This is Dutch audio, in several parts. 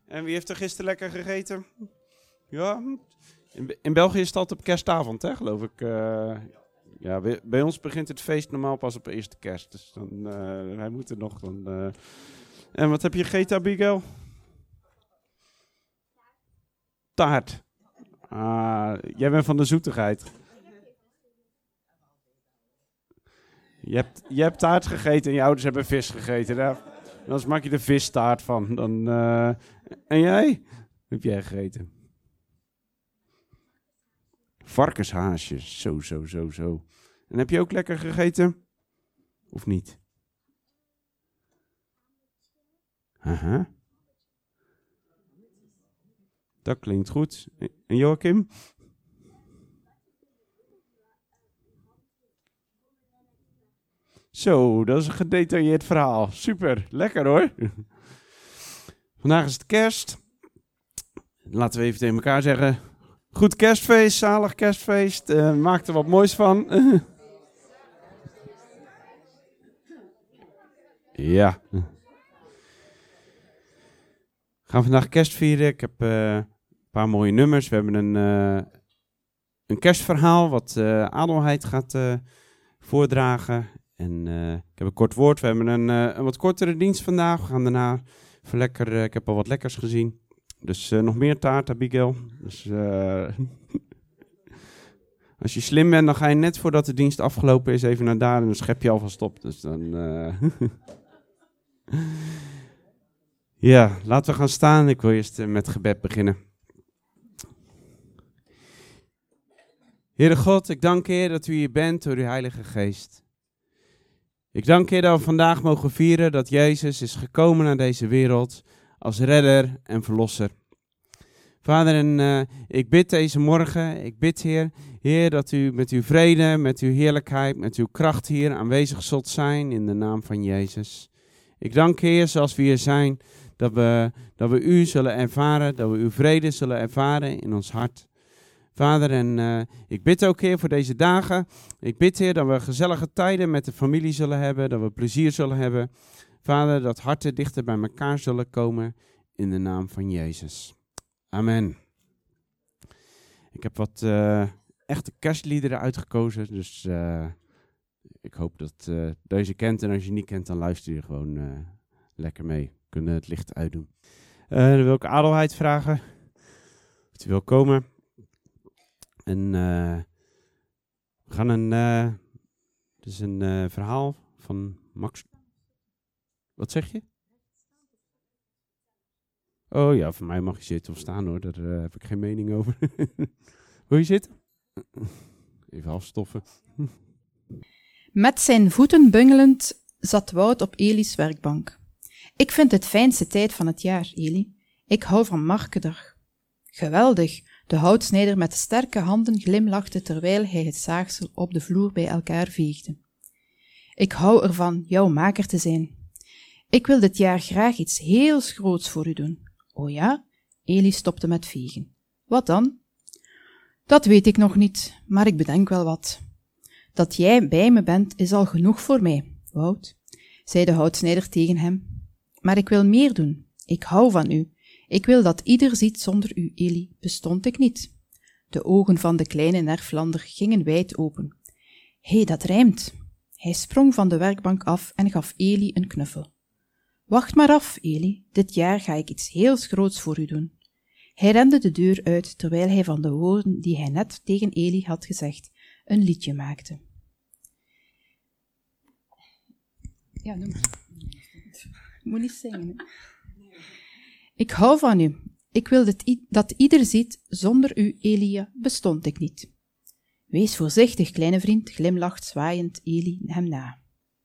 En wie heeft er gisteren lekker gegeten? Ja, in België is het altijd op kerstavond, hè, geloof ik. Ja, bij ons begint het feest normaal pas op eerste kerst. Dus dan, wij moeten nog dan... En wat heb je gegeten, Abigail? Taart. Jij bent van de zoetigheid. Je hebt taart gegeten en je ouders hebben vis gegeten. Daar. Dan maak je de vistaart van. Dan, en jij? Wat heb jij gegeten? Varkenshaasjes. Zo. En heb je ook lekker gegeten? Of niet? Aha. Dat klinkt goed. En Joachim? Zo, dat is een gedetailleerd verhaal. Super, lekker hoor. Vandaag is het kerst. Laten we even tegen elkaar zeggen. Goed kerstfeest, zalig kerstfeest. Maak er wat moois van. Ja. We gaan vandaag kerst vieren. Ik heb een paar mooie nummers. We hebben een kerstverhaal wat Adelheid gaat voordragen. En ik heb een kort woord. We hebben een wat kortere dienst vandaag. We gaan daarna even lekker... ik heb al wat lekkers gezien. Dus nog meer taart, Abigail. Dus als je slim bent, dan ga je net voordat de dienst afgelopen is even naar daar en dan schep je alvast op. Dus dan... Ja, laten we gaan staan. Ik wil eerst met gebed beginnen. Heere God, ik dank Heer dat u hier bent door uw Heilige Geest. Ik dank Heer dat we vandaag mogen vieren dat Jezus is gekomen naar deze wereld als redder en verlosser. Vader, en ik bid deze morgen, ik bid Heer, dat u met uw vrede, met uw heerlijkheid, met uw kracht hier aanwezig zult zijn in de naam van Jezus. Ik dank Heer, zoals we hier zijn, dat we u zullen ervaren, dat we uw vrede zullen ervaren in ons hart. Vader, en ik bid ook Heer voor deze dagen. Ik bid Heer dat we gezellige tijden met de familie zullen hebben, dat we plezier zullen hebben. Vader, dat harten dichter bij elkaar zullen komen in de naam van Jezus. Amen. Ik heb wat echte kerstliederen uitgekozen, dus ik hoop dat deze kent. En als je niet kent, dan luister je gewoon lekker mee. We kunnen het licht uitdoen. Dan wil ik Adelheid vragen of hij wil komen. En we gaan een verhaal van Max. Wat zeg je? Oh ja, voor mij mag je zitten of staan hoor, daar heb ik geen mening over. Wil je zitten? Even afstoffen. Met zijn voeten bungelend zat Wout op Eli's werkbank. Ik vind het fijnste tijd van het jaar, Eli. Ik hou van Markedag. Geweldig, de houtsnijder met sterke handen glimlachte terwijl hij het zaagsel op de vloer bij elkaar veegde. Ik hou ervan jouw maker te zijn. Ik wil dit jaar graag iets heel groots voor u doen. Oh ja? Eli stopte met vegen. Wat dan? Dat weet ik nog niet, maar ik bedenk wel wat. Dat jij bij me bent is al genoeg voor mij, Wout, zei de houtsnijder tegen hem. Maar ik wil meer doen. Ik hou van u. Ik wil dat ieder ziet zonder u, Eli, bestond ik niet. De ogen van de kleine Nerflander gingen wijd open. Hé, dat rijmt. Hij sprong van de werkbank af en gaf Eli een knuffel. Wacht maar af, Eli, dit jaar ga ik iets heel groots voor u doen. Hij rende de deur uit, terwijl hij van de woorden die hij net tegen Eli had gezegd, een liedje maakte. Ja, noem maar. Ik moet niet zingen, hè. Ik hou van u. Ik wil dat ieder ziet, zonder u, Elia, bestond ik niet. Wees voorzichtig, kleine vriend, glimlacht zwaaiend Eli hem na.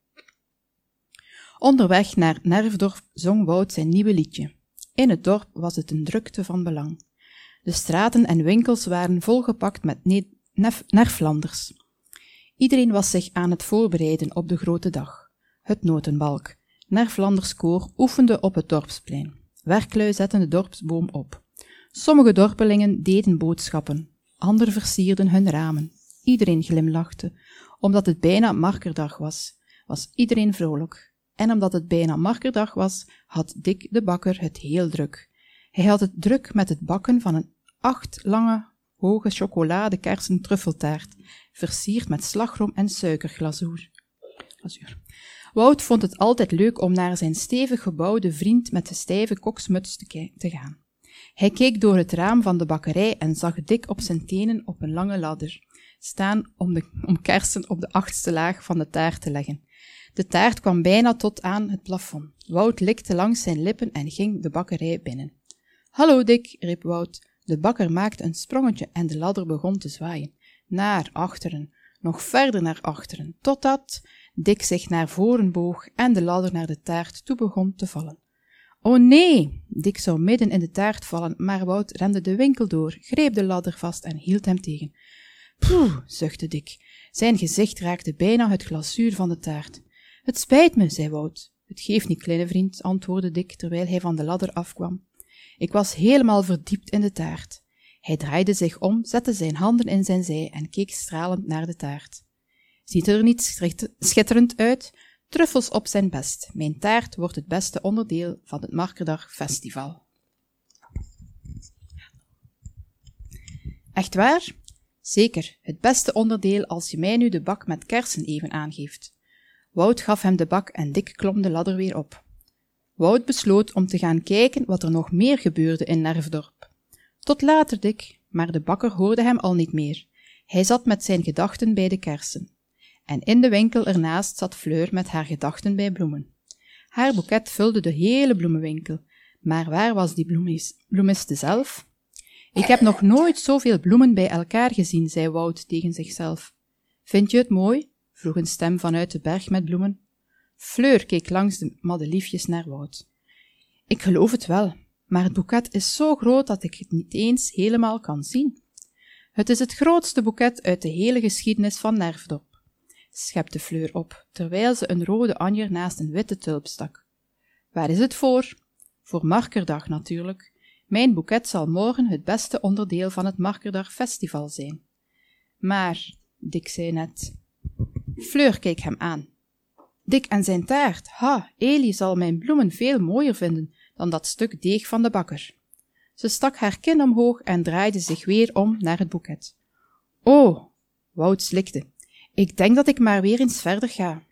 Onderweg naar Nerfdorp zong Wout zijn nieuwe liedje. In het dorp was het een drukte van belang. De straten en winkels waren volgepakt met Nerflanders. Iedereen was zich aan het voorbereiden op de grote dag. Het notenbalk, Nerflanders koor, oefende op het dorpsplein. Werklui zetten de dorpsboom op. Sommige dorpelingen deden boodschappen, anderen versierden hun ramen. Iedereen glimlachte. Omdat het bijna Markerdag was, was iedereen vrolijk. En omdat het bijna Markerdag was, had Dick de bakker het heel druk. Hij had het druk met het bakken van een 8 lange, hoge chocolade-kersen-truffeltaart, versierd met slagroom en suikerglazuur. Wout vond het altijd leuk om naar zijn stevig gebouwde vriend met de stijve koksmuts te gaan. Hij keek door het raam van de bakkerij en zag Dick op zijn tenen op een lange ladder staan om kersen op de 8e laag van de taart te leggen. De taart kwam bijna tot aan het plafond. Wout likte langs zijn lippen en ging de bakkerij binnen. Hallo Dick, riep Wout. De bakker maakte een sprongetje en de ladder begon te zwaaien. Naar achteren, nog verder naar achteren, totdat Dick zich naar voren boog en de ladder naar de taart toe begon te vallen. O nee! Dick zou midden in de taart vallen, maar Wout rende de winkel door, greep de ladder vast en hield hem tegen. Poeh, zuchtte Dick. Zijn gezicht raakte bijna het glazuur van de taart. Het spijt me, zei Wout. Het geeft niet, kleine vriend, antwoordde Dick terwijl hij van de ladder afkwam. Ik was helemaal verdiept in de taart. Hij draaide zich om, zette zijn handen in zijn zij en keek stralend naar de taart. Ziet er niet schitterend uit? Truffels op zijn best. Mijn taart wordt het beste onderdeel van het Markerdag Festival. Echt waar? Zeker, het beste onderdeel als je mij nu de bak met kersen even aangeeft. Wout gaf hem de bak en Dick klom de ladder weer op. Wout besloot om te gaan kijken wat er nog meer gebeurde in Nervdorp. Tot later, Dick, maar de bakker hoorde hem al niet meer. Hij zat met zijn gedachten bij de kersen. En in de winkel ernaast zat Fleur met haar gedachten bij bloemen. Haar boeket vulde de hele bloemenwinkel. Maar waar was die bloemiste zelf? Ik heb nog nooit zoveel bloemen bij elkaar gezien, zei Wout tegen zichzelf. Vind je het mooi? Vroeg een stem vanuit de berg met bloemen. Fleur keek langs de madeliefjes naar Wout. Ik geloof het wel, maar het boeket is zo groot dat ik het niet eens helemaal kan zien. Het is het grootste boeket uit de hele geschiedenis van Nervdorp, schepte Fleur op, terwijl ze een rode anjer naast een witte tulp stak. Waar is het voor? Voor Markerdag natuurlijk. Mijn boeket zal morgen het beste onderdeel van het Markerdag Festival zijn. Maar, Dick zei net. Fleur keek hem aan. Dick en zijn taart. Ha, Elie zal mijn bloemen veel mooier vinden dan dat stuk deeg van de bakker. Ze stak haar kin omhoog en draaide zich weer om naar het boeket. Oh, Wout slikte. Ik denk dat ik maar weer eens verder ga.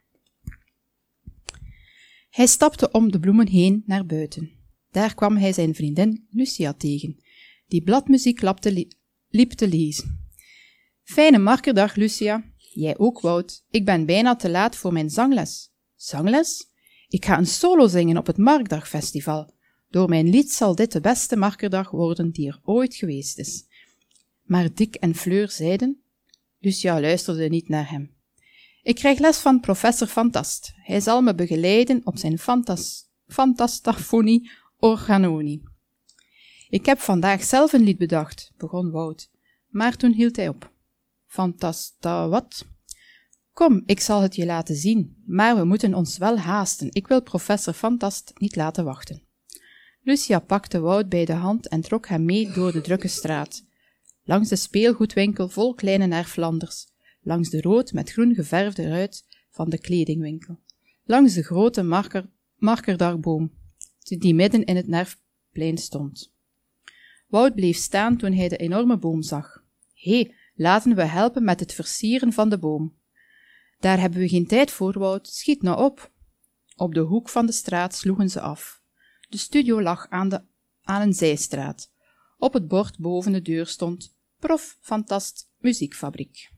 Hij stapte om de bloemen heen naar buiten. Daar kwam hij zijn vriendin Lucia tegen, die bladmuziek liep te lezen. Fijne Markerdag, Lucia. Jij ook, Wout. Ik ben bijna te laat voor mijn zangles. Zangles? Ik ga een solo zingen op het Markdagfestival. Door mijn lied zal dit de beste Markerdag worden die er ooit geweest is. Maar Dick en Fleur zeiden... Lucia luisterde niet naar hem. Ik krijg les van professor Fantast. Hij zal me begeleiden op zijn fantastafonie organonie. Ik heb vandaag zelf een lied bedacht, begon Wout, maar toen hield hij op. Fantasta wat? Kom, ik zal het je laten zien, maar we moeten ons wel haasten. Ik wil professor Fantast niet laten wachten. Lucia pakte Wout bij de hand en trok hem mee door de drukke straat. Langs de speelgoedwinkel vol kleine Nerflanders, langs de rood met groen geverfde ruit van de kledingwinkel, langs de grote markerdagboom, die midden in het Nerfplein stond. Wout bleef staan toen hij de enorme boom zag. Hé, laten we helpen met het versieren van de boom. Daar hebben we geen tijd voor, Wout, schiet nou op. Op de hoek van de straat sloegen ze af. De studio lag aan een zijstraat. Op het bord boven de deur stond Prof. Fantast Muziekfabriek.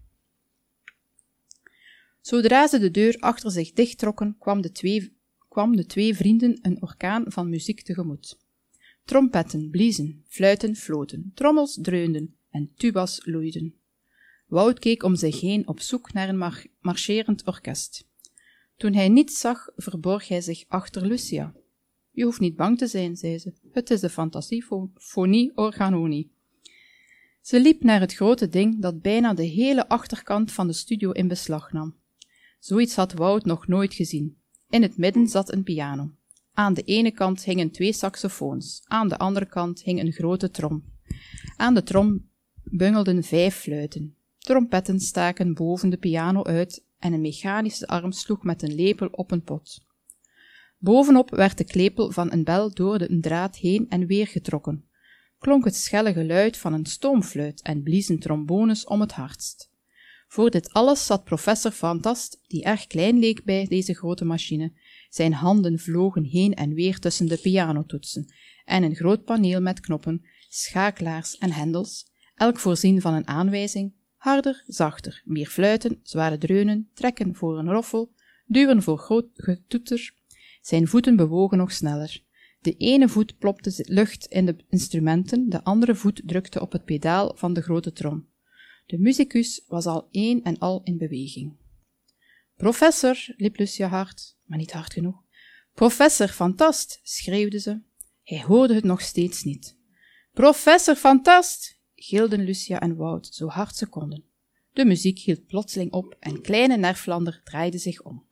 Zodra ze de deur achter zich dichttrokken, kwam de twee vrienden een orkaan van muziek tegemoet. Trompetten bliezen, fluiten floten, trommels dreunden en tubas loeiden. Wout keek om zich heen op zoek naar een marcherend orkest. Toen hij niets zag, verborg hij zich achter Lucia. Je hoeft niet bang te zijn, zei ze. Het is de fantasiefonie organonie. Ze liep naar het grote ding dat bijna de hele achterkant van de studio in beslag nam. Zoiets had Wout nog nooit gezien. In het midden zat een piano. Aan de ene kant hingen 2 saxofoons, aan de andere kant hing een grote trom. Aan de trom bungelden 5 fluiten. Trompetten staken boven de piano uit en een mechanische arm sloeg met een lepel op een pot. Bovenop werd de klepel van een bel door een draad heen en weer getrokken. Klonk het schelle geluid van een stoomfluit en bliezen trombones om het hardst. Voor dit alles zat professor Fantast, die erg klein leek bij deze grote machine. Zijn handen vlogen heen en weer tussen de pianotoetsen en een groot paneel met knoppen, schakelaars en hendels, elk voorzien van een aanwijzing, harder, zachter, meer fluiten, zware dreunen, trekken voor een roffel, duwen voor groot getoeter. Zijn voeten bewogen nog sneller. De ene voet plopte lucht in de instrumenten, de andere voet drukte op het pedaal van de grote trom. De musicus was al een en al in beweging. Professor, riep Lucia hard, maar niet hard genoeg. Professor Fantast, schreeuwde ze. Hij hoorde het nog steeds niet. Professor Fantast, gilden Lucia en Wout zo hard ze konden. De muziek hield plotseling op en kleine Nerflander draaide zich om.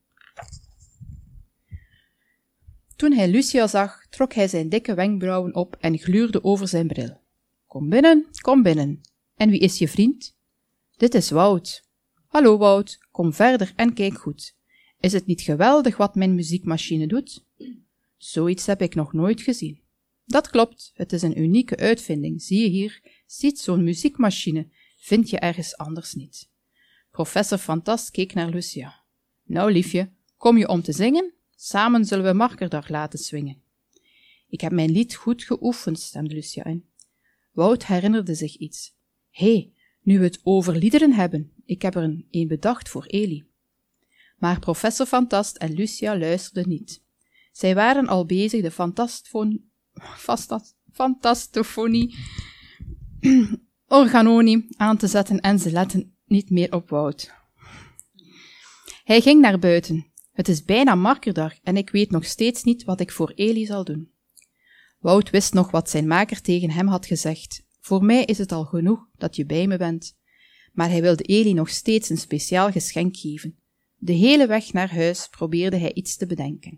Toen hij Lucia zag, trok hij zijn dikke wenkbrauwen op en gluurde over zijn bril. Kom binnen, kom binnen. En wie is je vriend? Dit is Wout. Hallo Wout, kom verder en kijk goed. Is het niet geweldig wat mijn muziekmachine doet? Zoiets heb ik nog nooit gezien. Dat klopt, het is een unieke uitvinding. Zie je hier, ziet zo'n muziekmachine, vind je ergens anders niet. Professor Fantast keek naar Lucia. Nou liefje, kom je om te zingen? Samen zullen we Markerdag laten swingen. Ik heb mijn lied goed geoefend, stemde Lucia in. Wout herinnerde zich iets. Hé, nu we het over liederen hebben, ik heb er een bedacht voor Eli. Maar professor Fantast en Lucia luisterden niet. Zij waren al bezig de fantastofonie organonie aan te zetten en ze letten niet meer op Wout. Hij ging naar buiten. Het is bijna Markerdag en ik weet nog steeds niet wat ik voor Eli zal doen. Wout wist nog wat zijn maker tegen hem had gezegd. Voor mij is het al genoeg dat je bij me bent. Maar hij wilde Eli nog steeds een speciaal geschenk geven. De hele weg naar huis probeerde hij iets te bedenken.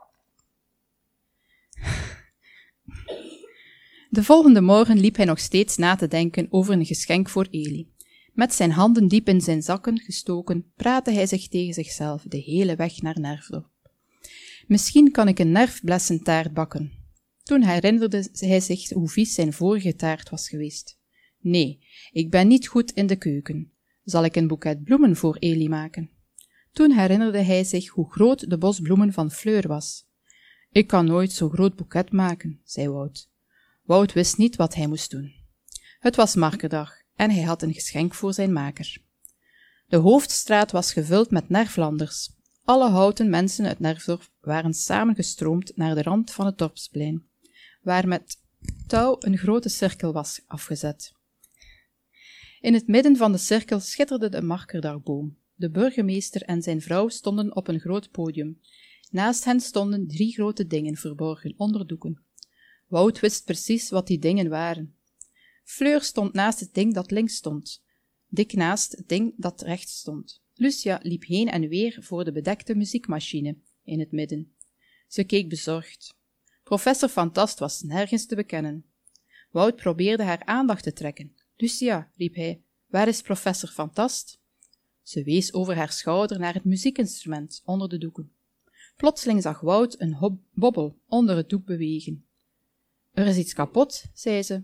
De volgende morgen liep hij nog steeds na te denken over een geschenk voor Eli. Met zijn handen diep in zijn zakken gestoken, praatte hij zich tegen zichzelf de hele weg naar Nerfdorp. Misschien kan ik een nerfblessentaart bakken. Toen herinnerde hij zich hoe vies zijn vorige taart was geweest. Nee, ik ben niet goed in de keuken. Zal ik een boeket bloemen voor Eli maken? Toen herinnerde hij zich hoe groot de bos bloemen van Fleur was. Ik kan nooit zo'n groot boeket maken, zei Wout. Wout wist niet wat hij moest doen. Het was Markerdag en hij had een geschenk voor zijn maker. De hoofdstraat was gevuld met Nerflanders. Alle houten mensen uit Nerfdorp waren samengestroomd naar de rand van het dorpsplein, waar met touw een grote cirkel was afgezet. In het midden van de cirkel schitterde de Markerdagboom. De burgemeester en zijn vrouw stonden op een groot podium. Naast hen stonden 3 grote dingen verborgen onder doeken. Wout wist precies wat die dingen waren. Fleur stond naast het ding dat links stond, Dick naast het ding dat rechts stond. Lucia liep heen en weer voor de bedekte muziekmachine in het midden. Ze keek bezorgd. Professor Fantast was nergens te bekennen. Wout probeerde haar aandacht te trekken. Lucia, riep hij, waar is professor Fantast? Ze wees over haar schouder naar het muziekinstrument onder de doeken. Plotseling zag Wout een bobbel onder het doek bewegen. Er is iets kapot, zei ze.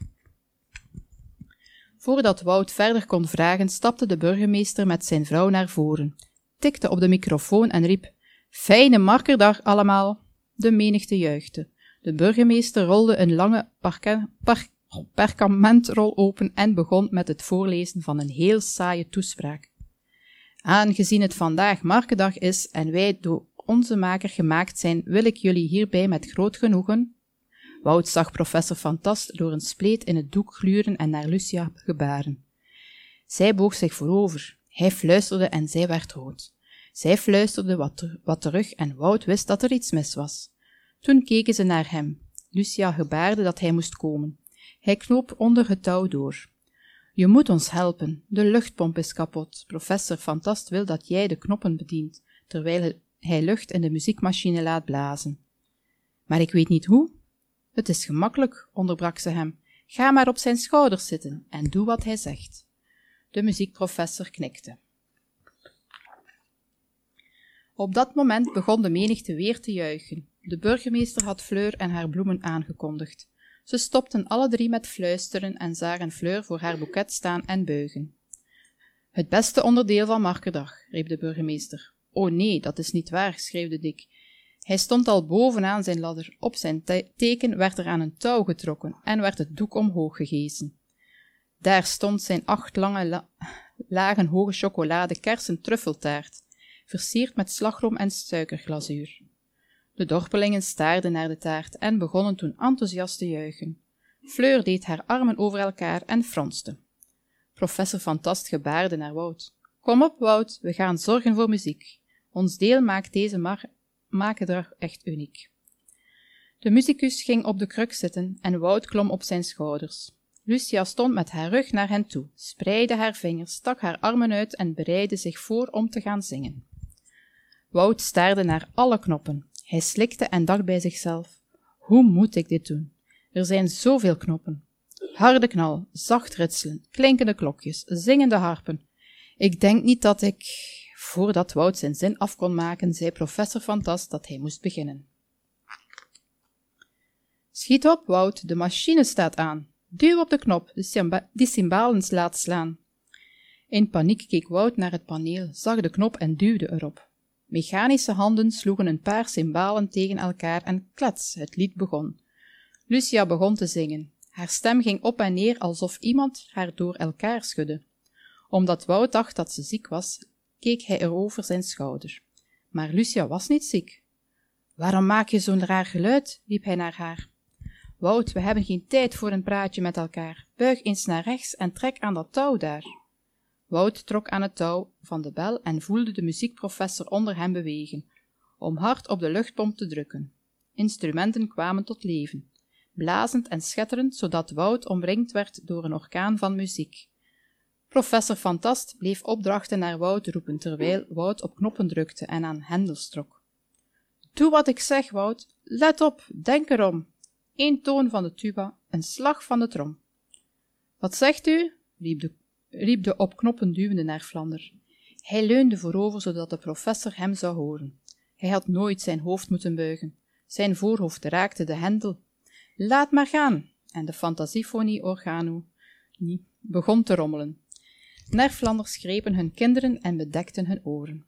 Voordat Wout verder kon vragen, stapte de burgemeester met zijn vrouw naar voren, tikte op de microfoon en riep: Fijne Markerdag allemaal! De menigte juichte. De burgemeester rolde een lange perkamentrol open en begon met het voorlezen van een heel saaie toespraak. Aangezien het vandaag Markerdag is en wij door onze maker gemaakt zijn, wil ik jullie hierbij met groot genoegen... Wout zag professor Fantast door een spleet in het doek gluren en naar Lucia gebaren. Zij boog zich voorover. Hij fluisterde en zij werd rood. Zij fluisterde wat terug en Wout wist dat er iets mis was. Toen keken ze naar hem. Lucia gebaarde dat hij moest komen. Hij knoop onder het touw door. Je moet ons helpen. De luchtpomp is kapot. Professor Fantast wil dat jij de knoppen bedient, terwijl hij lucht in de muziekmachine laat blazen. Maar ik weet niet hoe. Het is gemakkelijk, onderbrak ze hem. Ga maar op zijn schouders zitten en doe wat hij zegt. De muziekprofessor knikte. Op dat moment begon de menigte weer te juichen. De burgemeester had Fleur en haar bloemen aangekondigd. Ze stopten alle drie met fluisteren en zagen Fleur voor haar boeket staan en buigen. Het beste onderdeel van Markedag, riep de burgemeester. Oh nee, dat is niet waar, schreeuwde Dick. Hij stond al bovenaan zijn ladder. Op zijn teken werd er aan een touw getrokken en werd het doek omhoog gehesen. Daar stond zijn 8 lange lagen hoge chocolade kersen truffeltaart, versierd met slagroom en suikerglazuur. De dorpelingen staarden naar de taart en begonnen toen enthousiast te juichen. Fleur deed haar armen over elkaar en fronste. Professor Fantast gebaarde naar Wout. Kom op, Wout, we gaan zorgen voor muziek. Ons deel maakt deze makedrag echt uniek. De musicus ging op de kruk zitten en Wout klom op zijn schouders. Lucia stond met haar rug naar hen toe, spreidde haar vingers, stak haar armen uit en bereidde zich voor om te gaan zingen. Wout staarde naar alle knoppen. Hij slikte en dacht bij zichzelf: hoe moet ik dit doen? Er zijn zoveel knoppen. Harde knal, zacht ritselen, klinkende klokjes, zingende harpen. Ik denk niet dat ik... Voordat Wout zijn zin af kon maken, zei professor Fantast dat hij moest beginnen. Schiet op, Wout, de machine staat aan. Duw op de knop, die cymbalen laat slaan. In paniek keek Wout naar het paneel, zag de knop en duwde erop. Mechanische handen sloegen een paar cymbalen tegen elkaar en klets, het lied begon. Lucia begon te zingen. Haar stem ging op en neer alsof iemand haar door elkaar schudde. Omdat Wout dacht dat ze ziek was, keek hij er over zijn schouder. Maar Lucia was niet ziek. Waarom maak je zo'n raar geluid? Riep hij naar haar. Wout, we hebben geen tijd voor een praatje met elkaar. Buig eens naar rechts en trek aan dat touw daar. Wout trok aan het touw van de bel en voelde de muziekprofessor onder hem bewegen, om hard op de luchtpomp te drukken. Instrumenten kwamen tot leven, blazend en schetterend, zodat Wout omringd werd door een orkaan van muziek. Professor Fantast bleef opdrachten naar Wout roepen, terwijl Wout op knoppen drukte en aan hendels trok. Doe wat ik zeg, Wout. Let op, denk erom. 1 toon van de tuba, een slag van de trom. Wat zegt u? riep de op knoppen duwende naar Vlander. Hij leunde voorover, zodat de professor hem zou horen. Hij had nooit zijn hoofd moeten buigen. Zijn voorhoofd raakte de hendel. Laat maar gaan! En de fantasiefonie-organo begon te rommelen. Nerflanders grepen hun kinderen en bedekten hun oren.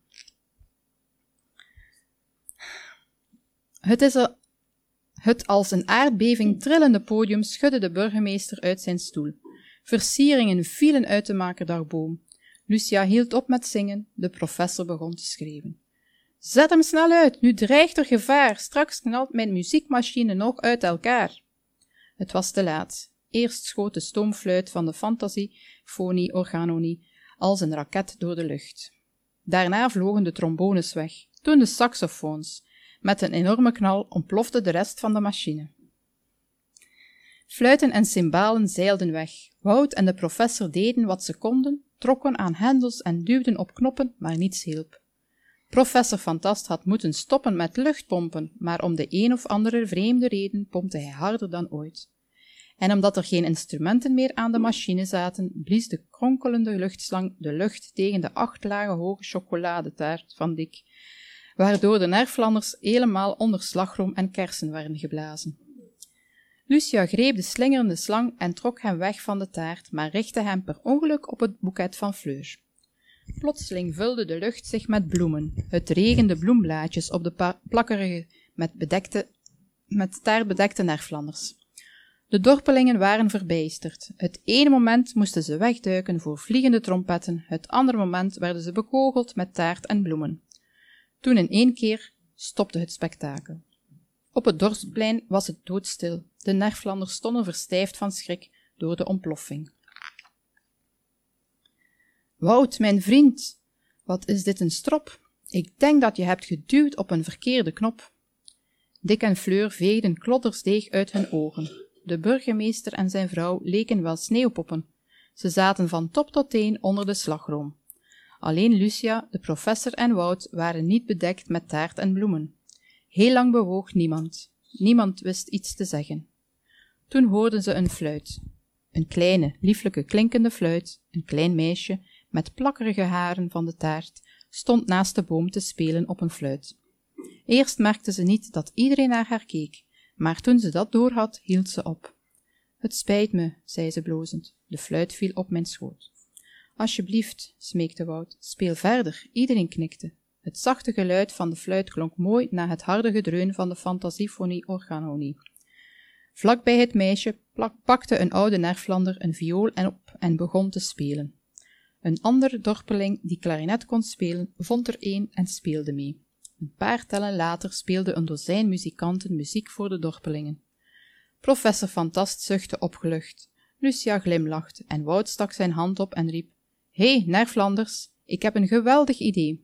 Het als een aardbeving trillende podium schudde de burgemeester uit zijn stoel. Versieringen vielen uit de makerdagboom. Lucia hield op met zingen, de professor begon te schreeuwen. Zet hem snel uit, nu dreigt er gevaar, straks knalt mijn muziekmachine nog uit elkaar. Het was te laat. Eerst schoot de stoomfluit van de fantasiefonie-organonie als een raket door de lucht. Daarna vlogen de trombones weg, toen de saxofoons. Met een enorme knal ontplofte de rest van de machine. Fluiten en cymbalen zeilden weg. Wout en de professor deden wat ze konden, trokken aan hendels en duwden op knoppen, maar niets hielp. Professor Fantast had moeten stoppen met luchtpompen, maar om de een of andere vreemde reden pompte hij harder dan ooit. En omdat er geen instrumenten meer aan de machine zaten, blies de kronkelende luchtslang de lucht tegen de 8 lagen hoge chocoladetaart van Dick, waardoor de Nerflanders helemaal onder slagroom en kersen werden geblazen. Lucia greep de slingerende slang en trok hem weg van de taart, maar richtte hem per ongeluk op het boeket van Fleur. Plotseling vulde de lucht zich met bloemen. Het regende bloemblaadjes op de plakkerige, met taart bedekte Nerflanders. De dorpelingen waren verbijsterd. Het ene moment moesten ze wegduiken voor vliegende trompetten, het andere moment werden ze bekogeld met taart en bloemen. Toen in 1 keer stopte het spektakel. Op het dorpsplein was het doodstil. De Nerflanders stonden verstijfd van schrik door de ontploffing. Wout, mijn vriend, wat is dit een strop? Ik denk dat je hebt geduwd op een verkeerde knop. Dick en Fleur veegden kloddersdeeg uit hun ogen. De burgemeester en zijn vrouw leken wel sneeuwpoppen. Ze zaten van top tot teen onder de slagroom. Alleen Lucia, de professor en Wout waren niet bedekt met taart en bloemen. Heel lang bewoog niemand. Niemand wist iets te zeggen. Toen hoorden ze een fluit. Een kleine, lieflijke klinkende fluit, een klein meisje, met plakkerige haren van de taart, stond naast de boom te spelen op een fluit. Eerst merkte ze niet dat iedereen naar haar keek, maar toen ze dat doorhad, hield ze op. Het spijt me, zei ze blozend, de fluit viel op mijn schoot. Alsjeblieft, smeekte Wout, speel verder, iedereen knikte. Het zachte geluid van de fluit klonk mooi na het harde gedreun van de fantasiefonie-orgahonie. Vlak bij het meisje pakte een oude nerflander een viool op en begon te spelen. Een ander dorpeling die klarinet kon spelen, vond er een en speelde mee. Een paar tellen later speelde een dozijn muzikanten muziek voor de dorpelingen. Professor Fantast zuchtte opgelucht. Lucia glimlachte en Wout stak zijn hand op en riep: Hé, nerflanders, ik heb een geweldig idee.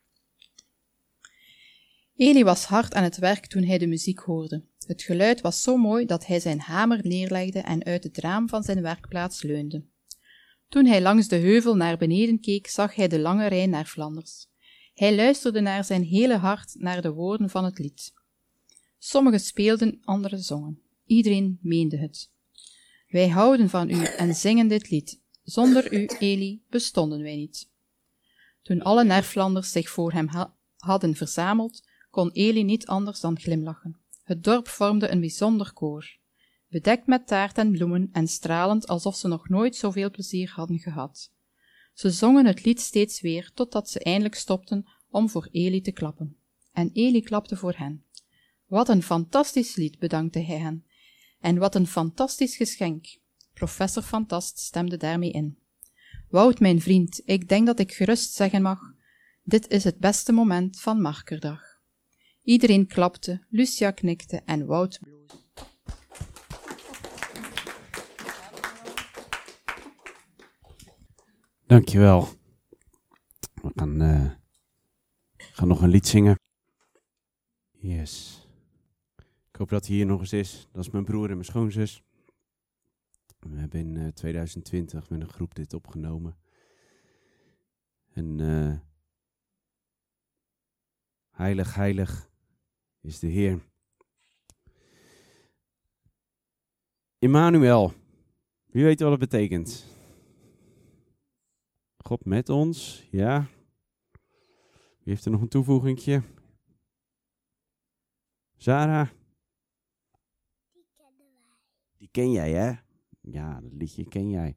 Eli was hard aan het werk toen hij de muziek hoorde. Het geluid was zo mooi dat hij zijn hamer neerlegde en uit het raam van zijn werkplaats leunde. Toen hij langs de heuvel naar beneden keek, zag hij de lange rij nerflanders. Hij luisterde naar zijn hele hart naar de woorden van het lied. Sommigen speelden, anderen zongen. Iedereen meende het. Wij houden van u en zingen dit lied. Zonder u, Eli, bestonden wij niet. Toen alle nerflanders zich voor hem hadden verzameld, kon Eli niet anders dan glimlachen. Het dorp vormde een bijzonder koor, bedekt met taart en bloemen en stralend alsof ze nog nooit zoveel plezier hadden gehad. Ze zongen het lied steeds weer, totdat ze eindelijk stopten om voor Eli te klappen. En Eli klapte voor hen. Wat een fantastisch lied, bedankte hij hen. En wat een fantastisch geschenk. Professor Fantast stemde daarmee in. Wout, mijn vriend, ik denk dat ik gerust zeggen mag, dit is het beste moment van Markerdag. Iedereen klapte, Lucia knikte en Wout bloosde. Dankjewel. We gaan nog een lied zingen. Yes. Ik hoop dat hij hier nog eens is. Dat is mijn broer en mijn schoonzus. We hebben in 2020 met een groep dit opgenomen. En heilig, heilig is de Heer. Immanuel. Wie weet wat het betekent? God met ons, ja. Wie heeft er nog een toevoegingje? Sarah? Die kennen wij. Die ken jij, hè? Ja, dat liedje ken jij.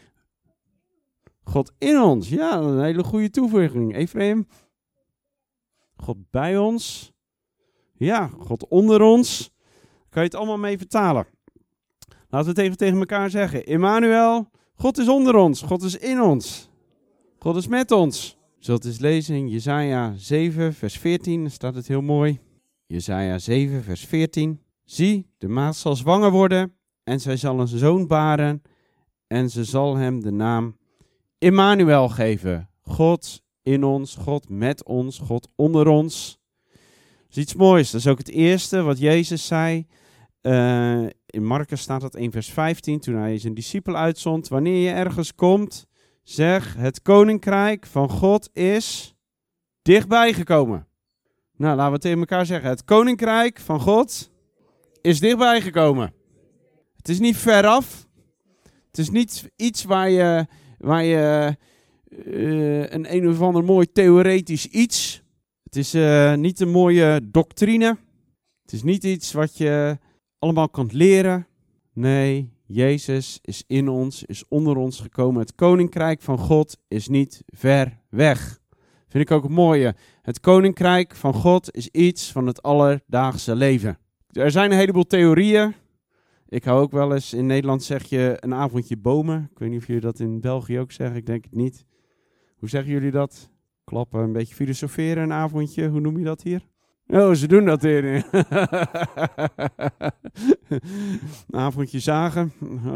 God in ons, ja, een hele goede toevoeging. Ephraim? God bij ons. Ja, God onder ons. Kan je het allemaal mee vertalen? Laten we het even tegen elkaar zeggen. Immanuel, God is onder ons, God is in ons. God is met ons. Je zult eens lezen in Jesaja 7, vers 14, daar staat het heel mooi. Jesaja 7, vers 14. Zie, de maagd zal zwanger worden en zij zal een zoon baren en ze zal hem de naam Immanuel geven. God in ons, God met ons, God onder ons. Dat is iets moois. Dat is ook het eerste wat Jezus zei. In Marcus staat dat 1 vers 15, toen hij zijn discipel uitzond. Wanneer je ergens komt, zeg, het koninkrijk van God is dichtbij gekomen. Nou, laten we tegen elkaar zeggen. Het koninkrijk van God is dichtbij gekomen. Het is niet veraf. Het is niet iets waar je een of ander mooi theoretisch iets. Het is niet een mooie doctrine. Het is niet iets wat je allemaal kan leren. Nee, Jezus is in ons, is onder ons gekomen. Het koninkrijk van God is niet ver weg. Vind ik ook het mooie. Het koninkrijk van God is iets van het alledaagse leven. Er zijn een heleboel theorieën. Ik hou ook wel eens, in Nederland zeg je een avondje bomen. Ik weet niet of jullie dat in België ook zeggen, ik denk het niet. Hoe zeggen jullie dat? Klappen, een beetje filosoferen, een avondje. Hoe noem je dat hier? Oh, ze doen dat hier. Een avondje zagen.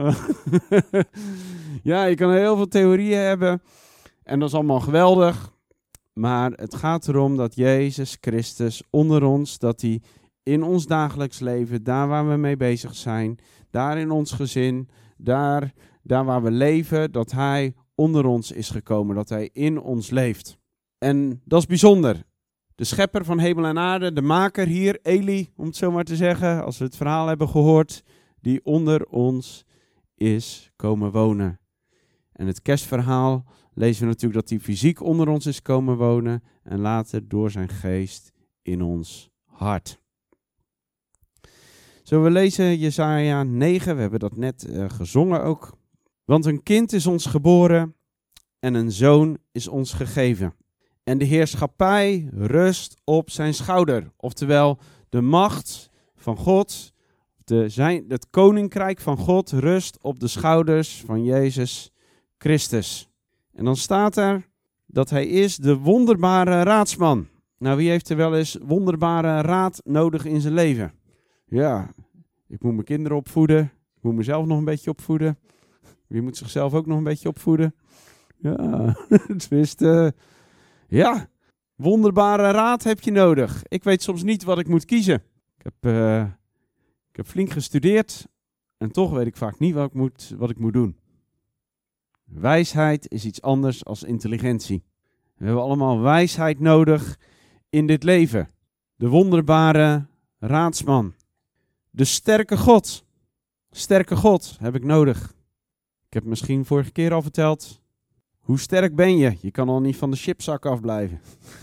Ja, je kan heel veel theorieën hebben. En dat is allemaal geweldig. Maar het gaat erom dat Jezus Christus onder ons, dat hij in ons dagelijks leven, daar waar we mee bezig zijn, daar in ons gezin, daar waar we leven, dat hij onder ons is gekomen, dat hij in ons leeft. En dat is bijzonder. De schepper van hemel en aarde, de maker hier, Eli, om het zo maar te zeggen, als we het verhaal hebben gehoord, die onder ons is komen wonen. En het kerstverhaal lezen we natuurlijk dat hij fysiek onder ons is komen wonen en later door zijn geest in ons hart. Zo, we lezen Jesaja 9, we hebben dat net gezongen ook. Want een kind is ons geboren en een zoon is ons gegeven. En de heerschappij rust op zijn schouder. Oftewel, de macht van God, het koninkrijk van God rust op de schouders van Jezus Christus. En dan staat er dat hij is de wonderbare raadsman. Nou, wie heeft er wel eens wonderbare raad nodig in zijn leven? Ja, ik moet mijn kinderen opvoeden. Ik moet mezelf nog een beetje opvoeden. Wie moet zichzelf ook nog een beetje opvoeden? Ja, tenminste, ja, wonderbare raad heb je nodig. Ik weet soms niet wat ik moet kiezen. Ik heb flink gestudeerd en toch weet ik vaak niet wat ik moet doen. Wijsheid is iets anders dan intelligentie. We hebben allemaal wijsheid nodig in dit leven. De wonderbare raadsman. De sterke God. Sterke God heb ik nodig. Ik heb misschien vorige keer al verteld. Hoe sterk ben je? Je kan al niet van de chipzak afblijven.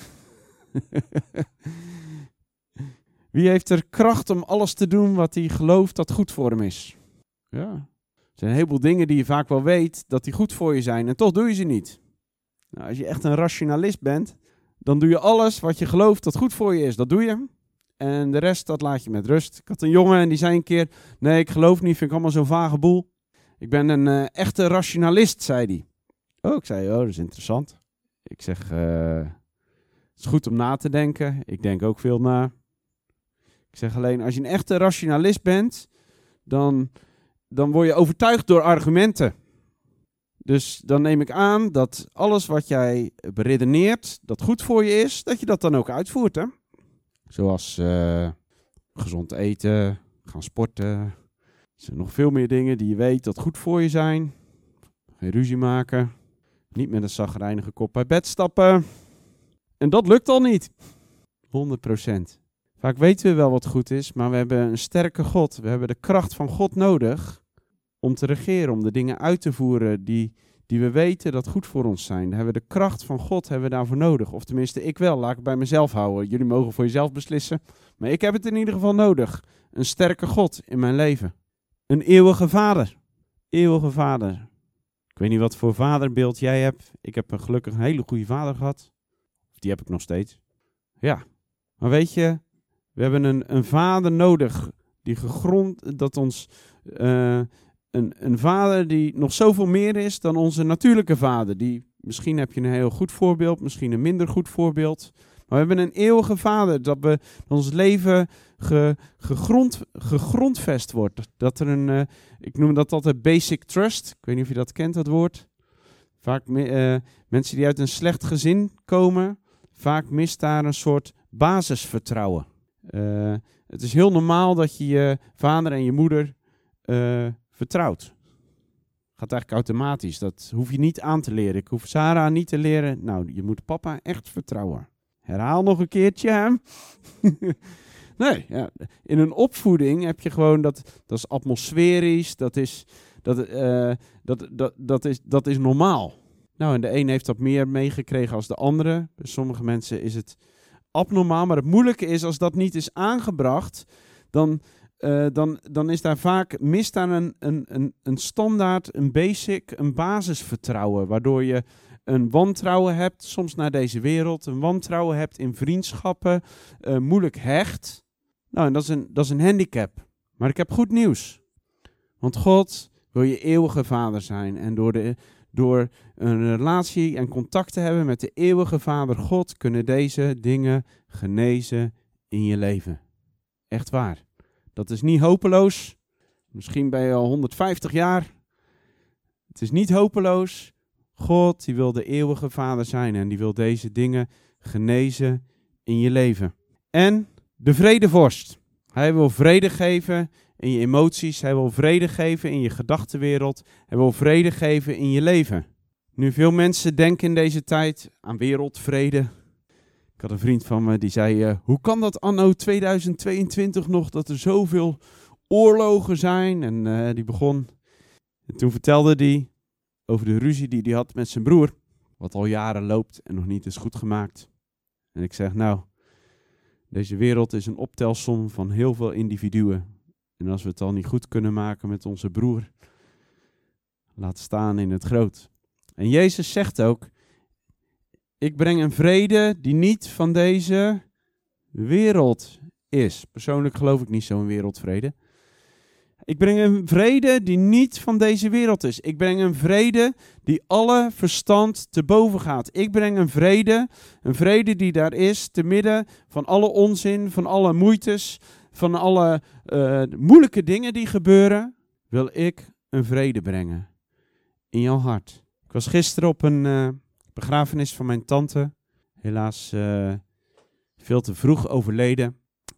Wie heeft er kracht om alles te doen wat hij gelooft dat goed voor hem is? Ja. Er zijn een heleboel dingen die je vaak wel weet dat die goed voor je zijn en toch doe je ze niet. Nou, als je echt een rationalist bent, dan doe je alles wat je gelooft dat goed voor je is. Dat doe je. En de rest, dat laat je met rust. Ik had een jongen en die zei een keer, nee, ik geloof niet, vind ik allemaal zo'n vage boel. Ik ben een echte rationalist, zei hij. Oh, ik zei, dat is interessant. Ik zeg, het is goed om na te denken. Ik denk ook veel na. Ik zeg alleen, als je een echte rationalist bent, dan word je overtuigd door argumenten. Dus dan neem ik aan dat alles wat jij beredeneert, dat goed voor je is, dat je dat dan ook uitvoert, hè? Zoals gezond eten, gaan sporten. Er zijn nog veel meer dingen die je weet dat goed voor je zijn. Geen ruzie maken. Niet met een chagrijnige kop uit bed stappen. En dat lukt al niet. 100%. Vaak weten we wel wat goed is, maar we hebben een sterke God. We hebben de kracht van God nodig om te regeren, om de dingen uit te voeren die we weten dat goed voor ons zijn. Daar hebben we de kracht van God hebben we daarvoor nodig. Of tenminste, ik wel. Laat ik het bij mezelf houden. Jullie mogen voor jezelf beslissen. Maar ik heb het in ieder geval nodig. Een sterke God in mijn leven. Een eeuwige vader. Eeuwige vader. Ik weet niet wat voor vaderbeeld jij hebt. Ik heb gelukkig een hele goede vader gehad. Die heb ik nog steeds. Ja. Maar weet je, we hebben een vader nodig die gegrond, dat ons een vader die nog zoveel meer is dan onze natuurlijke vader. Misschien heb je een heel goed voorbeeld, misschien een minder goed voorbeeld. Maar we hebben een eeuwige vader, dat ons leven gegrondvest wordt. Dat er ik noem dat altijd basic trust. Ik weet niet of je dat kent, dat woord. Vaak mensen die uit een slecht gezin komen, vaak mist daar een soort basisvertrouwen. Het is heel normaal dat je je vader en je moeder vertrouwt. Gaat eigenlijk automatisch. Dat hoef je niet aan te leren. Ik hoef Sarah niet te leren. Nou, je moet papa echt vertrouwen. Herhaal nog een keertje, hè? Nee, ja. In een opvoeding heb je gewoon dat is atmosferisch, dat is normaal. Nou, en de een heeft dat meer meegekregen als de andere. Bij sommige mensen is het abnormaal, maar het moeilijke is als dat niet is aangebracht, dan is daar vaak, mist daar een standaard, een basic, een basisvertrouwen, waardoor je een wantrouwen hebt, soms naar deze wereld, een wantrouwen hebt in vriendschappen, moeilijk hecht. Nou, en dat is een handicap. Maar ik heb goed nieuws. Want God wil je eeuwige vader zijn. En door een relatie en contact te hebben met de eeuwige vader God, kunnen deze dingen genezen in je leven. Echt waar. Dat is niet hopeloos. Misschien ben je al 150 jaar. Het is niet hopeloos. God, die wil de eeuwige vader zijn en die wil deze dingen genezen in je leven. En de vredevorst. Hij wil vrede geven in je emoties. Hij wil vrede geven in je gedachtenwereld. Hij wil vrede geven in je leven. Nu, veel mensen denken in deze tijd aan wereldvrede. Ik had een vriend van me die zei, hoe kan dat anno 2022 nog dat er zoveel oorlogen zijn? En die begon. En toen vertelde hij, over de ruzie die hij had met zijn broer, wat al jaren loopt en nog niet is goed gemaakt. En ik zeg, nou, deze wereld is een optelsom van heel veel individuen. En als we het al niet goed kunnen maken met onze broer, laat staan in het groot. En Jezus zegt ook, ik breng een vrede die niet van deze wereld is. Persoonlijk geloof ik niet zo in wereldvrede. Ik breng een vrede die niet van deze wereld is. Ik breng een vrede die alle verstand te boven gaat. Ik breng een vrede die daar is, te midden van alle onzin, van alle moeites, van alle moeilijke dingen die gebeuren, wil ik een vrede brengen in jouw hart. Ik was gisteren op een begrafenis van mijn tante, helaas veel te vroeg overleden.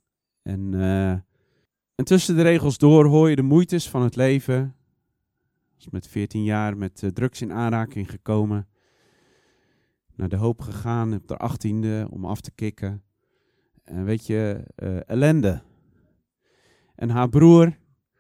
En tussen de regels door hoor je de moeites van het leven. Ik was met 14 jaar met drugs in aanraking gekomen. Naar de hoop gegaan op de 18e om af te kicken. En weet je, ellende. En haar broer,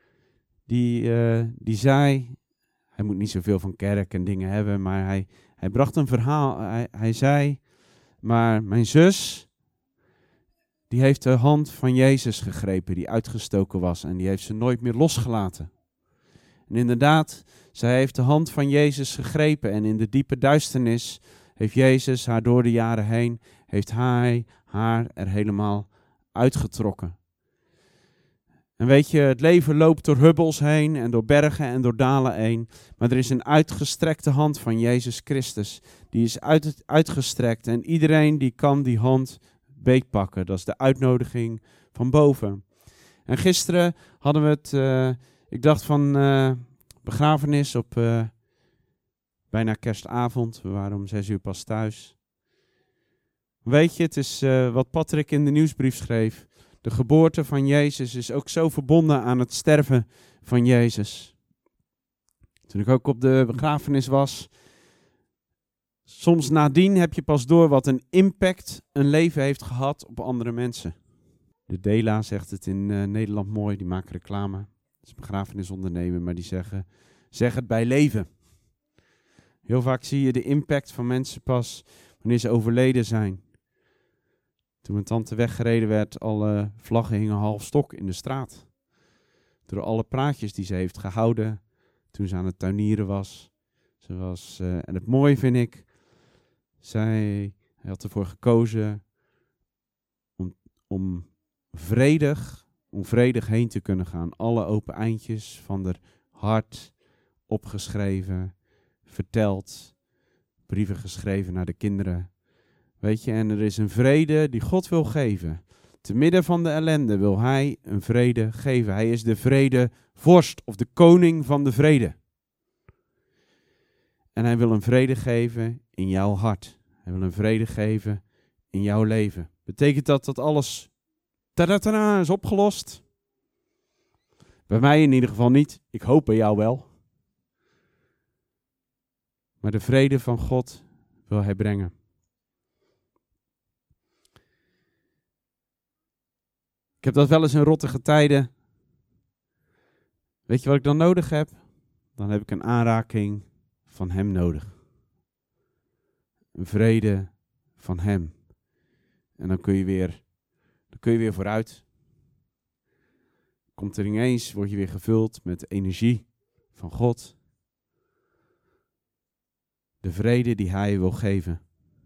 die zei, hij moet niet zoveel van kerk en dingen hebben, maar hij bracht een verhaal. Hij zei, maar mijn zus, die heeft de hand van Jezus gegrepen, die uitgestoken was. En die heeft ze nooit meer losgelaten. En inderdaad, zij heeft de hand van Jezus gegrepen. En in de diepe duisternis heeft Jezus haar door de jaren heen, heeft hij haar er helemaal uitgetrokken. En weet je, het leven loopt door hubbels heen en door bergen en door dalen heen. Maar er is een uitgestrekte hand van Jezus Christus. Die is uitgestrekt en iedereen die kan die hand beetpakken. Dat is de uitnodiging van boven. En gisteren hadden we het, ik dacht van begrafenis op bijna kerstavond. We waren om 6 uur pas thuis. Weet je, het is wat Patrick in de nieuwsbrief schreef. De geboorte van Jezus is ook zo verbonden aan het sterven van Jezus. Toen ik ook op de begrafenis was, soms nadien heb je pas door wat een impact een leven heeft gehad op andere mensen. De Dela zegt het in Nederland mooi, die maken reclame. Dat is begrafenisondernemer, maar die zeggen, zeg het bij leven. Heel vaak zie je de impact van mensen pas wanneer ze overleden zijn. Toen mijn tante weggereden werd, alle vlaggen hingen half stok in de straat. Door alle praatjes die ze heeft gehouden toen ze aan het tuinieren was. En het mooie vind ik, hij had ervoor gekozen om vredig heen te kunnen gaan. Alle open eindjes van haar hart opgeschreven, verteld, brieven geschreven naar de kinderen. Weet je, en er is een vrede die God wil geven. Te midden van de ellende wil hij een vrede geven. Hij is de vredevorst of de koning van de vrede. En hij wil een vrede geven in jouw hart. Hij wil een vrede geven in jouw leven. Betekent dat alles is opgelost? Bij mij in ieder geval niet. Ik hoop bij jou wel. Maar de vrede van God wil hij brengen. Ik heb dat wel eens in rottige tijden. Weet je wat ik dan nodig heb? Dan heb ik een aanraking van hem nodig. Een vrede van hem. En dan kun je weer vooruit. Komt er ineens, word je weer gevuld met de energie van God. De vrede die hij wil geven.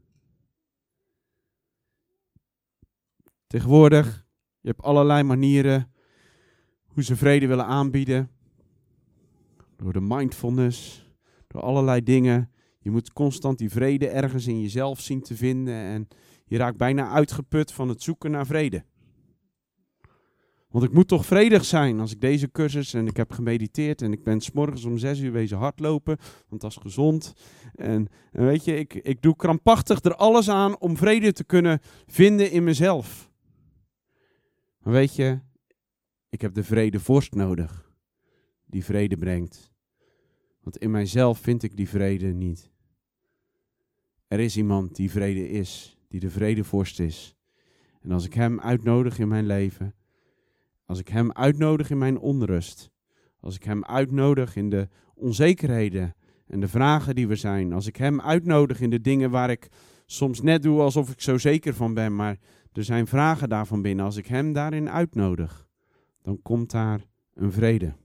Tegenwoordig, je hebt allerlei manieren hoe ze vrede willen aanbieden. Door de mindfulness, door allerlei dingen. Je moet constant die vrede ergens in jezelf zien te vinden. En je raakt bijna uitgeput van het zoeken naar vrede. Want ik moet toch vredig zijn als ik deze cursus en ik heb gemediteerd en ik ben 's morgens om 6 uur wezen hardlopen, want dat is gezond. En weet je, ik doe krampachtig er alles aan om vrede te kunnen vinden in mezelf. Maar weet je, ik heb de vredevorst nodig, die vrede brengt. Want in mijzelf vind ik die vrede niet. Er is iemand die vrede is, die de vredevorst is. En als ik hem uitnodig in mijn leven, als ik hem uitnodig in mijn onrust, als ik hem uitnodig in de onzekerheden en de vragen die we zijn. Als ik hem uitnodig in de dingen waar ik soms net doe alsof ik zo zeker van ben, maar er zijn vragen daarvan binnen. Als ik hem daarin uitnodig, dan komt daar een vrede.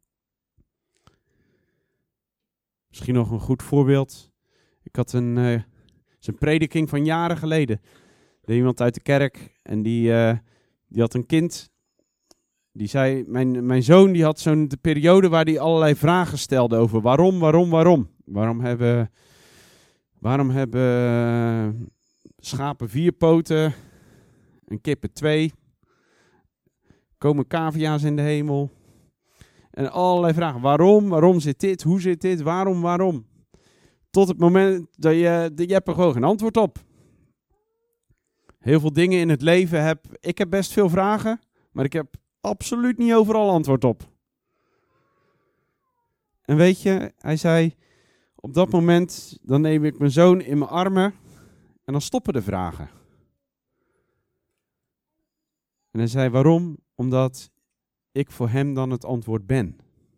Misschien nog een goed voorbeeld. Ik had een prediking van jaren geleden. Er was iemand uit de kerk en die had een kind. Die zei, mijn zoon die had zo'n periode waar hij allerlei vragen stelde over waarom. Waarom hebben schapen 4 poten en kippen 2? Komen cavia's in de hemel? En allerlei vragen. Waarom zit dit? Hoe zit dit? Waarom? Tot het moment dat je hebt er gewoon geen antwoord op. Heel veel dingen in het leven ik heb best veel vragen, maar ik heb absoluut niet overal antwoord op. En weet je, hij zei, op dat moment, dan neem ik mijn zoon in mijn armen en dan stoppen de vragen. En hij zei, waarom? Omdat ik voor hem dan het antwoord ben.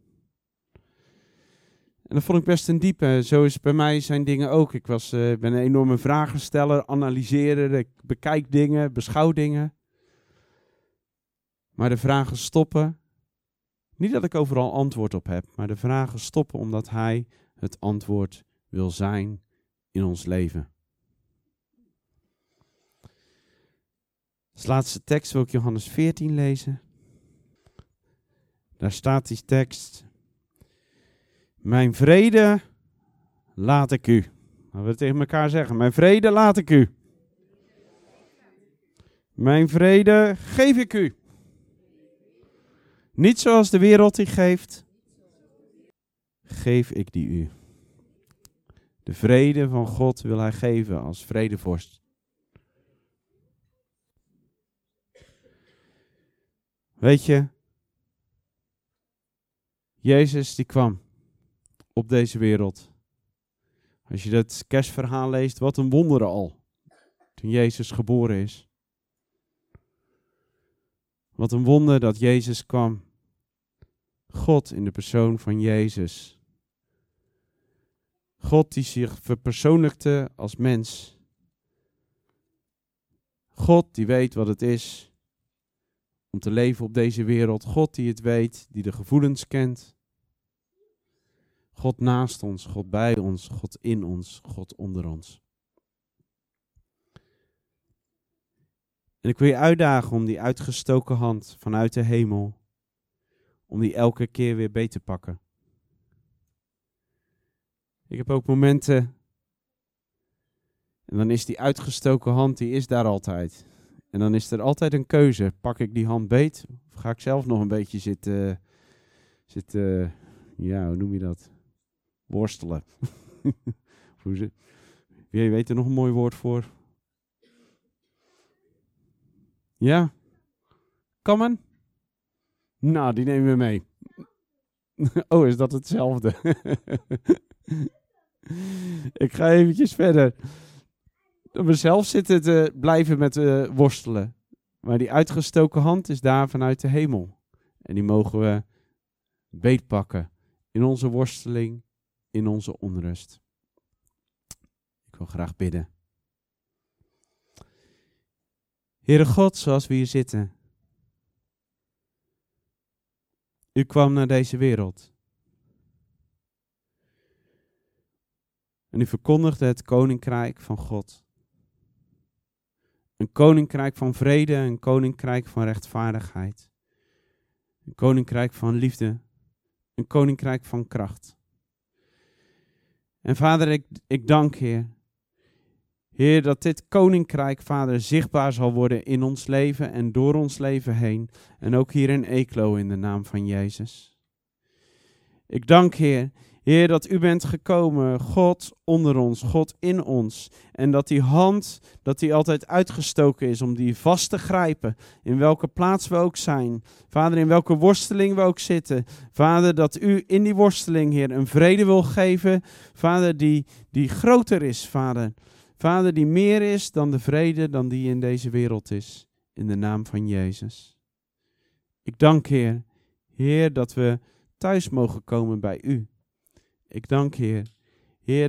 En dat vond ik best een diepe. Zo is bij mij zijn dingen ook. Ik ben een enorme vragensteller, analyserer, ik bekijk dingen, beschouw dingen. Maar de vragen stoppen. Niet dat ik overal antwoord op heb, maar de vragen stoppen omdat hij het antwoord wil zijn in ons leven. Als laatste tekst wil ik Johannes 14 lezen. Daar staat die tekst. Mijn vrede laat ik u. Laten we tegen elkaar zeggen. Mijn vrede laat ik u. Mijn vrede geef ik u. Niet zoals de wereld die geeft, geef ik die u. De vrede van God wil hij geven als vredevorst. Weet je, Jezus die kwam op deze wereld. Als je dat kerstverhaal leest, wat een wonder al. Toen Jezus geboren is. Wat een wonder dat Jezus kwam. God in de persoon van Jezus. God die zich verpersoonlijkte als mens. God die weet wat het is om te leven op deze wereld. God die het weet, die de gevoelens kent. God naast ons, God bij ons, God in ons, God onder ons. En ik wil je uitdagen om die uitgestoken hand vanuit de hemel, om die elke keer weer beet te pakken. Ik heb ook momenten, en dan is die uitgestoken hand, die is daar altijd. En dan is er altijd een keuze. Pak ik die hand beet, of ga ik zelf nog een beetje zitten, ja, hoe noem je dat? Worstelen. Wie weet er nog een mooi woord voor? Ja? Kammen? Nou, die nemen we mee. Oh, is dat hetzelfde? Ik ga eventjes verder. Op mezelf zitten te blijven met worstelen. Maar die uitgestoken hand is daar vanuit de hemel. En die mogen we beetpakken in onze worsteling, in onze onrust. Ik wil graag bidden. Heere God, zoals we hier zitten. U kwam naar deze wereld. En u verkondigde het koninkrijk van God. Een koninkrijk van vrede, een koninkrijk van rechtvaardigheid. Een koninkrijk van liefde, een koninkrijk van kracht. En Vader, ik dank Heer. Heer, dat dit koninkrijk, Vader, zichtbaar zal worden in ons leven en door ons leven heen. En ook hier in Eeklo in de naam van Jezus. Ik dank Heer, Heer, dat u bent gekomen, God onder ons, God in ons. En dat die hand, dat die altijd uitgestoken is om die vast te grijpen, in welke plaats we ook zijn. Vader, in welke worsteling we ook zitten. Vader, dat u in die worsteling, Heer, een vrede wil geven. Vader, die groter is, Vader. Vader, die meer is dan de vrede dan die in deze wereld is. In de naam van Jezus. Ik dank Heer, Heer, dat we thuis mogen komen bij u. Ik dank Heer. Heer,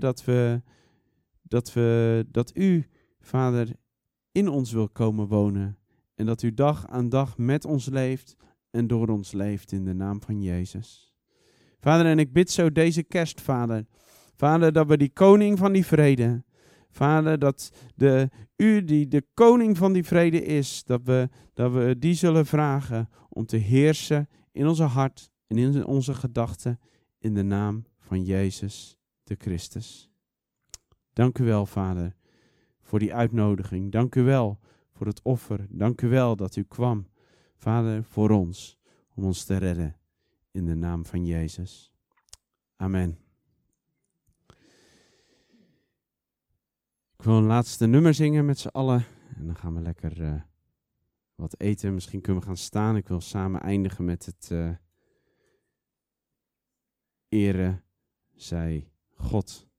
dat u, Vader, in ons wil komen wonen. En dat u dag aan dag met ons leeft en door ons leeft in de naam van Jezus. Vader, en ik bid zo deze kerst, Vader. Vader, dat we die koning van die vrede, Vader, dat u die de koning van die vrede is, dat we die zullen vragen om te heersen in onze hart en in onze gedachten in de naam van Jezus de Christus. Dank u wel, Vader, voor die uitnodiging. Dank u wel voor het offer. Dank u wel dat u kwam, Vader, voor ons, om ons te redden in de naam van Jezus. Amen. Ik wil een laatste nummer zingen met z'n allen. En dan gaan we lekker wat eten. Misschien kunnen we gaan staan. Ik wil samen eindigen met het Ere zij God.